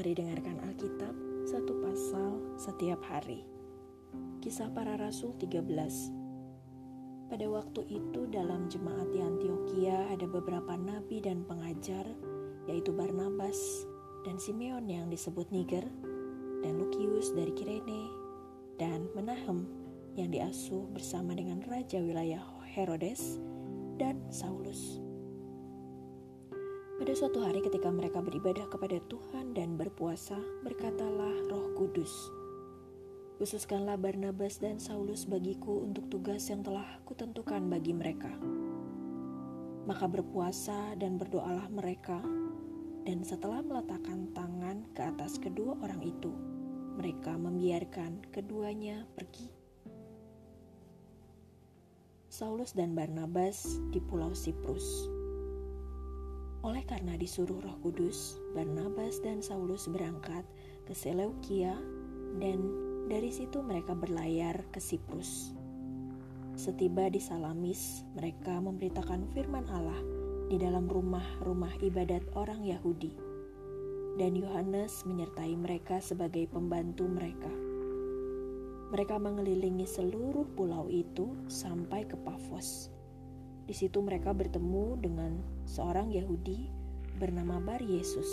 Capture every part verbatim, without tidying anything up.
Mari dengarkan Alkitab satu pasal setiap hari. Kisah Para Rasul tiga belas. Pada waktu itu dalam jemaat di Antiokhia ada beberapa nabi dan pengajar, yaitu Barnabas dan Simeon yang disebut Niger, dan Lukius dari Kirene, dan Menahem yang diasuh bersama dengan raja wilayah Herodes, dan Saulus. Pada suatu hari ketika mereka beribadah kepada Tuhan dan berpuasa, berkatalah Roh Kudus, "Khususkanlah Barnabas dan Saulus bagiku untuk tugas yang telah kutentukan bagi mereka." Maka berpuasa dan berdoalah mereka, dan setelah meletakkan tangan ke atas kedua orang itu, mereka membiarkan keduanya pergi. Saulus dan Barnabas di Pulau Siprus. Oleh karena disuruh Roh Kudus, Barnabas dan Saulus berangkat ke Seleukia, dan dari situ mereka berlayar ke Siprus. Setiba di Salamis, mereka memberitakan firman Allah di dalam rumah-rumah ibadat orang Yahudi, dan Yohanes menyertai mereka sebagai pembantu mereka. Mereka mengelilingi seluruh pulau itu sampai ke Pafos. Di situ mereka bertemu dengan seorang Yahudi bernama Bar Yesus.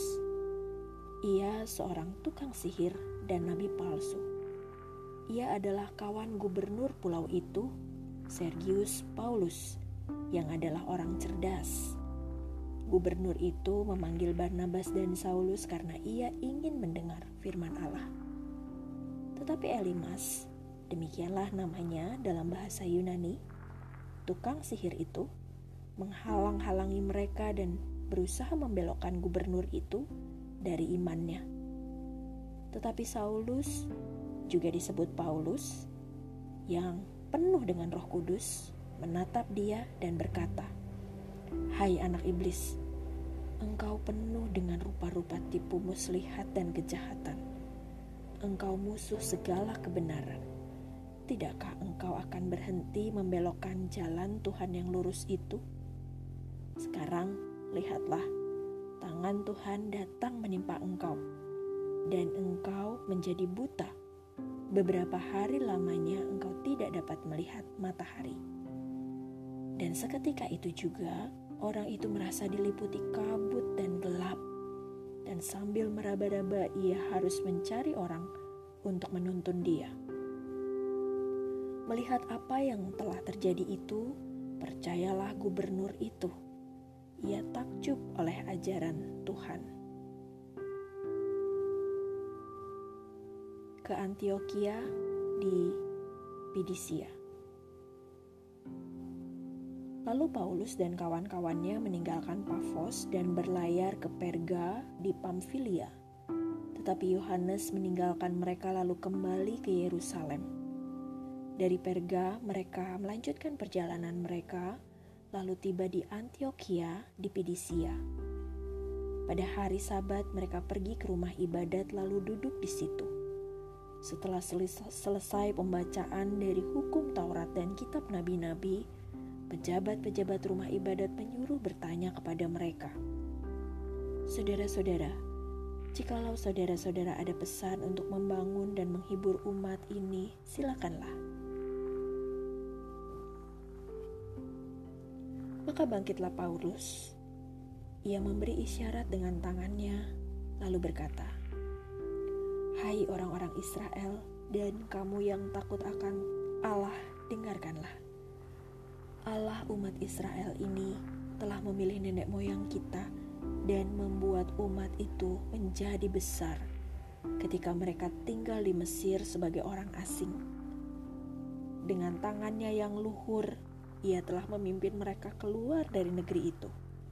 Ia seorang tukang sihir dan nabi palsu. Ia adalah kawan gubernur pulau itu, Sergius Paulus, yang adalah orang cerdas. Gubernur itu memanggil Barnabas dan Saulus karena ia ingin mendengar firman Allah. Tetapi Elimas, demikianlah namanya dalam bahasa Yunani, tukang sihir itu, menghalang-halangi mereka dan berusaha membelokkan gubernur itu dari imannya. Tetapi Saulus, juga disebut Paulus, yang penuh dengan Roh Kudus, menatap dia dan berkata, "Hai anak iblis, engkau penuh dengan rupa-rupa tipu muslihat dan kejahatan. Engkau musuh segala kebenaran. Tidakkah engkau akan berhenti membelokkan jalan Tuhan yang lurus itu? Sekarang lihatlah, tangan Tuhan datang menimpa engkau, dan engkau menjadi buta. Beberapa hari lamanya engkau tidak dapat melihat matahari." Dan seketika itu juga orang itu merasa diliputi kabut dan gelap, dan sambil meraba-raba ia harus mencari orang untuk menuntun dia. Melihat apa yang telah terjadi itu, percayalah gubernur itu. Ia takjub oleh ajaran Tuhan. Ke Antiokhia di Pidisia. Lalu Paulus dan kawan-kawannya meninggalkan Pafos dan berlayar ke Perga di Pamfilia. Tetapi Yohanes meninggalkan mereka lalu kembali ke Yerusalem. Dari Perga mereka melanjutkan perjalanan mereka, lalu tiba di Antiokhia di Pidisia. Pada hari Sabat mereka pergi ke rumah ibadat lalu duduk di situ. Setelah selesai pembacaan dari hukum Taurat dan kitab nabi-nabi, pejabat-pejabat rumah ibadat menyuruh bertanya kepada mereka, "Saudara-saudara, jikalau saudara-saudara ada pesan untuk membangun dan menghibur umat ini, silakanlah." Maka bangkitlah Paulus. Ia memberi isyarat dengan tangannya, lalu berkata, "Hai orang-orang Israel dan kamu yang takut akan Allah, dengarkanlah. Allah umat Israel ini telah memilih nenek moyang kita dan membuat umat itu menjadi besar ketika mereka tinggal di Mesir sebagai orang asing. Dengan tangannya yang luhur, Ia telah memimpin mereka keluar dari negeri itu.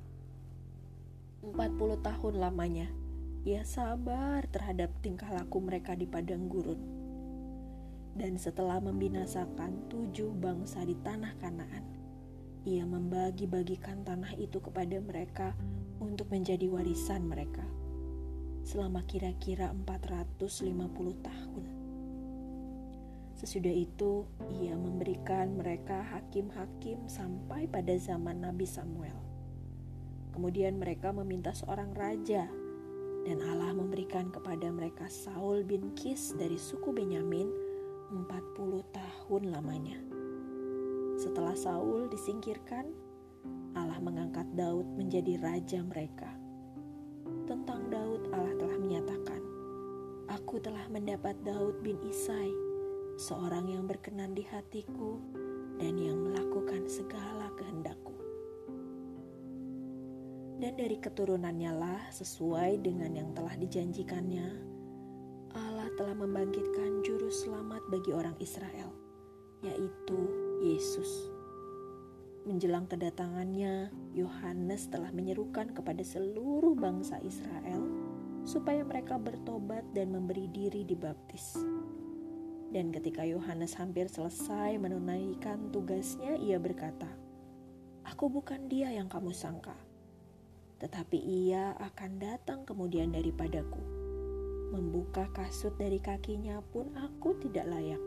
Empat puluh tahun lamanya, Ia sabar terhadap tingkah laku mereka di padang gurun. Dan setelah membinasakan tujuh bangsa di tanah Kanaan, Ia membagi-bagikan tanah itu kepada mereka untuk menjadi warisan mereka selama kira-kira empat ratus lima puluh tahun. Sesudah itu, Ia memberikan mereka hakim-hakim sampai pada zaman Nabi Samuel. Kemudian mereka meminta seorang raja, Dan Allah memberikan kepada mereka Saul bin Kis dari suku Benyamin empat puluh tahun lamanya. Setelah Saul disingkirkan, Allah mengangkat Daud menjadi raja mereka. Tentang Daud Allah telah menyatakan, "Aku telah mendapat Daud bin Isai, seorang yang berkenan di hatiku dan yang melakukan segala kehendakku." Dan dari keturunannya lah, sesuai dengan yang telah dijanjikannya, Allah telah membangkitkan juru selamat bagi orang Israel, yaitu Yesus. Menjelang kedatangannya, Yohanes telah menyerukan kepada seluruh bangsa Israel supaya mereka bertobat dan memberi diri dibaptis. Dan ketika Yohanes hampir selesai menunaikan tugasnya, ia berkata, "Aku bukan dia yang kamu sangka, tetapi ia akan datang kemudian daripadaku. Membuka kasut dari kakinya pun aku tidak layak."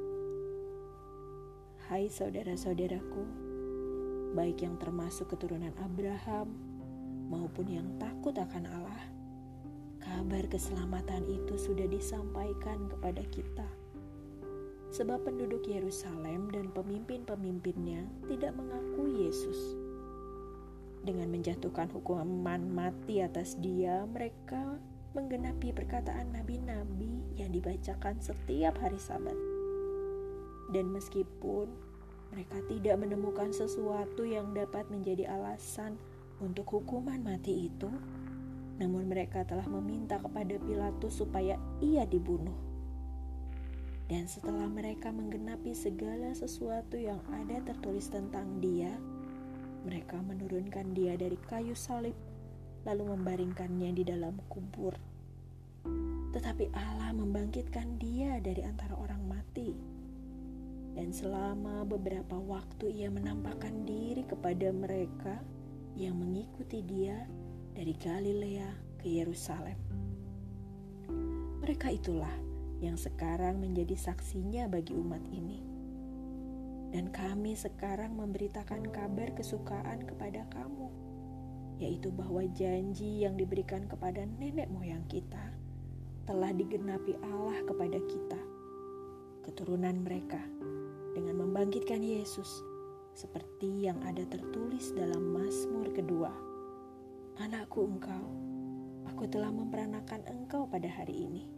Hai saudara-saudaraku, baik yang termasuk keturunan Abraham maupun yang takut akan Allah, kabar keselamatan itu sudah disampaikan kepada kita. Sebab penduduk Yerusalem dan pemimpin-pemimpinnya tidak mengakui Yesus. Dengan menjatuhkan hukuman mati atas dia, mereka menggenapi perkataan nabi-nabi yang dibacakan setiap hari Sabat. Dan meskipun mereka tidak menemukan sesuatu yang dapat menjadi alasan untuk hukuman mati itu, namun mereka telah meminta kepada Pilatus supaya ia dibunuh. Dan setelah mereka menggenapi segala sesuatu yang ada tertulis tentang dia, mereka menurunkan dia dari kayu salib, lalu membaringkannya di dalam kubur. Tetapi Allah membangkitkan dia dari antara orang mati. Dan selama beberapa waktu ia menampakkan diri kepada mereka yang mengikuti dia dari Galilea ke Yerusalem. Mereka itulah yang sekarang menjadi saksinya bagi umat ini. Dan kami sekarang memberitakan kabar kesukaan kepada kamu, yaitu bahwa janji yang diberikan kepada nenek moyang kita telah digenapi Allah kepada kita, keturunan mereka, dengan membangkitkan Yesus, seperti yang ada tertulis dalam Mazmur kedua. "Anakku engkau, aku telah memperanakan engkau pada hari ini."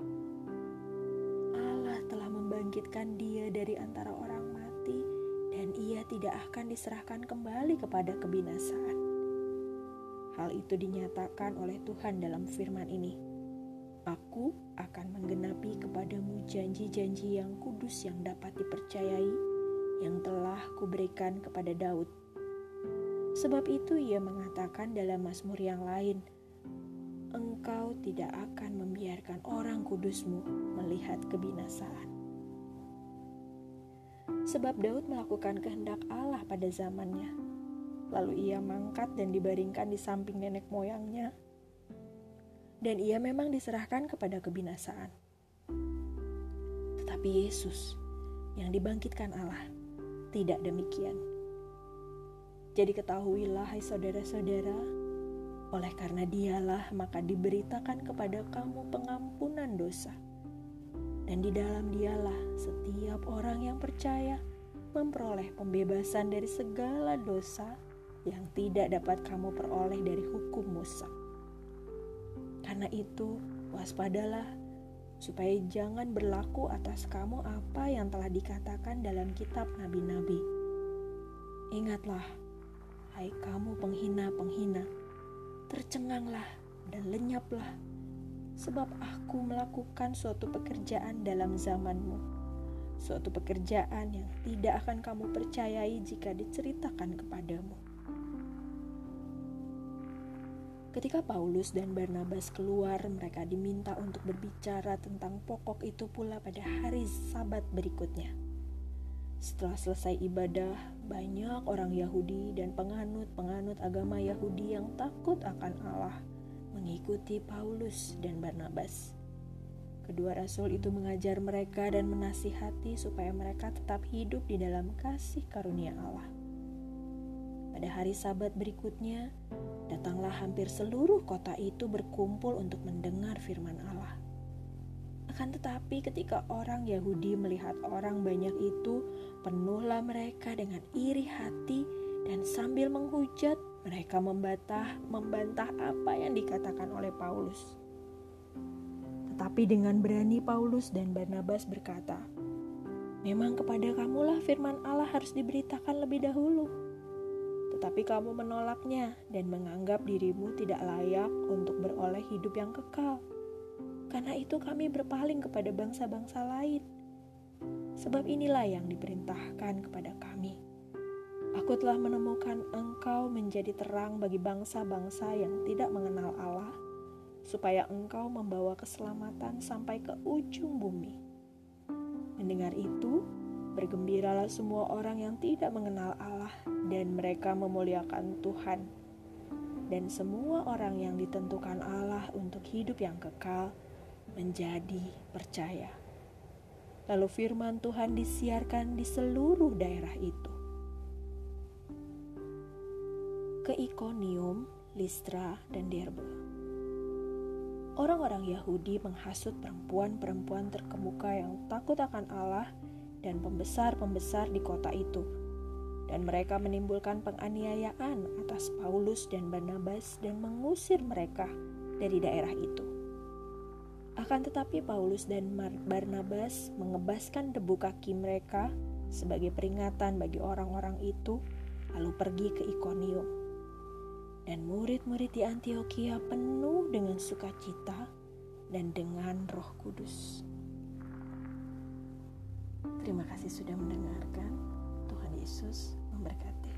Allah telah membangkitkan dia dari antara orang mati, dan ia tidak akan diserahkan kembali kepada kebinasaan. Hal itu dinyatakan oleh Tuhan dalam firman ini, "Aku akan menggenapi kepadamu janji-janji yang kudus yang dapat dipercayai, yang telah kuberikan kepada Daud." Sebab itu ia mengatakan dalam Mazmur yang lain, "Engkau tidak akan membiarkan orang kudusmu melihat kebinasaan." Sebab Daud melakukan kehendak Allah pada zamannya. Lalu ia mangkat dan dibaringkan di samping nenek moyangnya. Dan ia memang diserahkan kepada kebinasaan. Tetapi Yesus yang dibangkitkan Allah tidak demikian. Jadi ketahuilah hai saudara-saudara, oleh karena dialah maka diberitakan kepada kamu pengampunan dosa. Dan di dalam dialah setiap orang yang percaya memperoleh pembebasan dari segala dosa yang tidak dapat kamu peroleh dari hukum Musa. Karena itu, waspadalah supaya jangan berlaku atas kamu apa yang telah dikatakan dalam kitab nabi-nabi. Ingatlah, hai kamu penghina-penghina, tercenganglah dan lenyaplah, sebab aku melakukan suatu pekerjaan dalam zamanmu, suatu pekerjaan yang tidak akan kamu percayai jika diceritakan kepadamu. Ketika Paulus dan Barnabas keluar, mereka diminta untuk berbicara tentang pokok itu pula pada hari Sabat berikutnya. Setelah selesai ibadah, banyak orang Yahudi dan penganut-penganut agama Yahudi yang takut akan Allah mengikuti Paulus dan Barnabas. Kedua rasul itu mengajar mereka dan menasihati supaya mereka tetap hidup di dalam kasih karunia Allah. Pada hari Sabat berikutnya, datanglah hampir seluruh kota itu berkumpul untuk mendengar firman Allah. Akan tetapi ketika orang Yahudi melihat orang banyak itu, penuhlah mereka dengan iri hati dan sambil menghujat, mereka membantah, membantah apa yang dikatakan oleh Paulus. Tetapi dengan berani Paulus dan Barnabas berkata, "Memang kepada kamulah firman Allah harus diberitakan lebih dahulu. Tetapi kamu menolaknya dan menganggap dirimu tidak layak untuk beroleh hidup yang kekal. Karena itu kami berpaling kepada bangsa-bangsa lain. Sebab inilah yang diperintahkan kepada kami. Aku telah menemukan engkau menjadi terang bagi bangsa-bangsa yang tidak mengenal Allah, supaya engkau membawa keselamatan sampai ke ujung bumi." Mendengar itu, bergembiralah semua orang yang tidak mengenal Allah dan mereka memuliakan Tuhan. Dan semua orang yang ditentukan Allah untuk hidup yang kekal menjadi percaya. Lalu firman Tuhan disiarkan di seluruh daerah itu. Ke Ikonium, Listra, dan Derbe. Orang-orang Yahudi menghasut perempuan-perempuan terkemuka yang takut akan Allah dan pembesar-pembesar di kota itu. Dan mereka menimbulkan penganiayaan atas Paulus dan Barnabas dan mengusir mereka dari daerah itu. Akan tetapi Paulus dan Barnabas mengebaskan debu kaki mereka sebagai peringatan bagi orang-orang itu, lalu pergi ke Ikonium. Dan murid-murid di Antiokhia penuh dengan sukacita dan dengan Roh Kudus. Terima kasih sudah mendengarkan. Tuhan Yesus memberkati.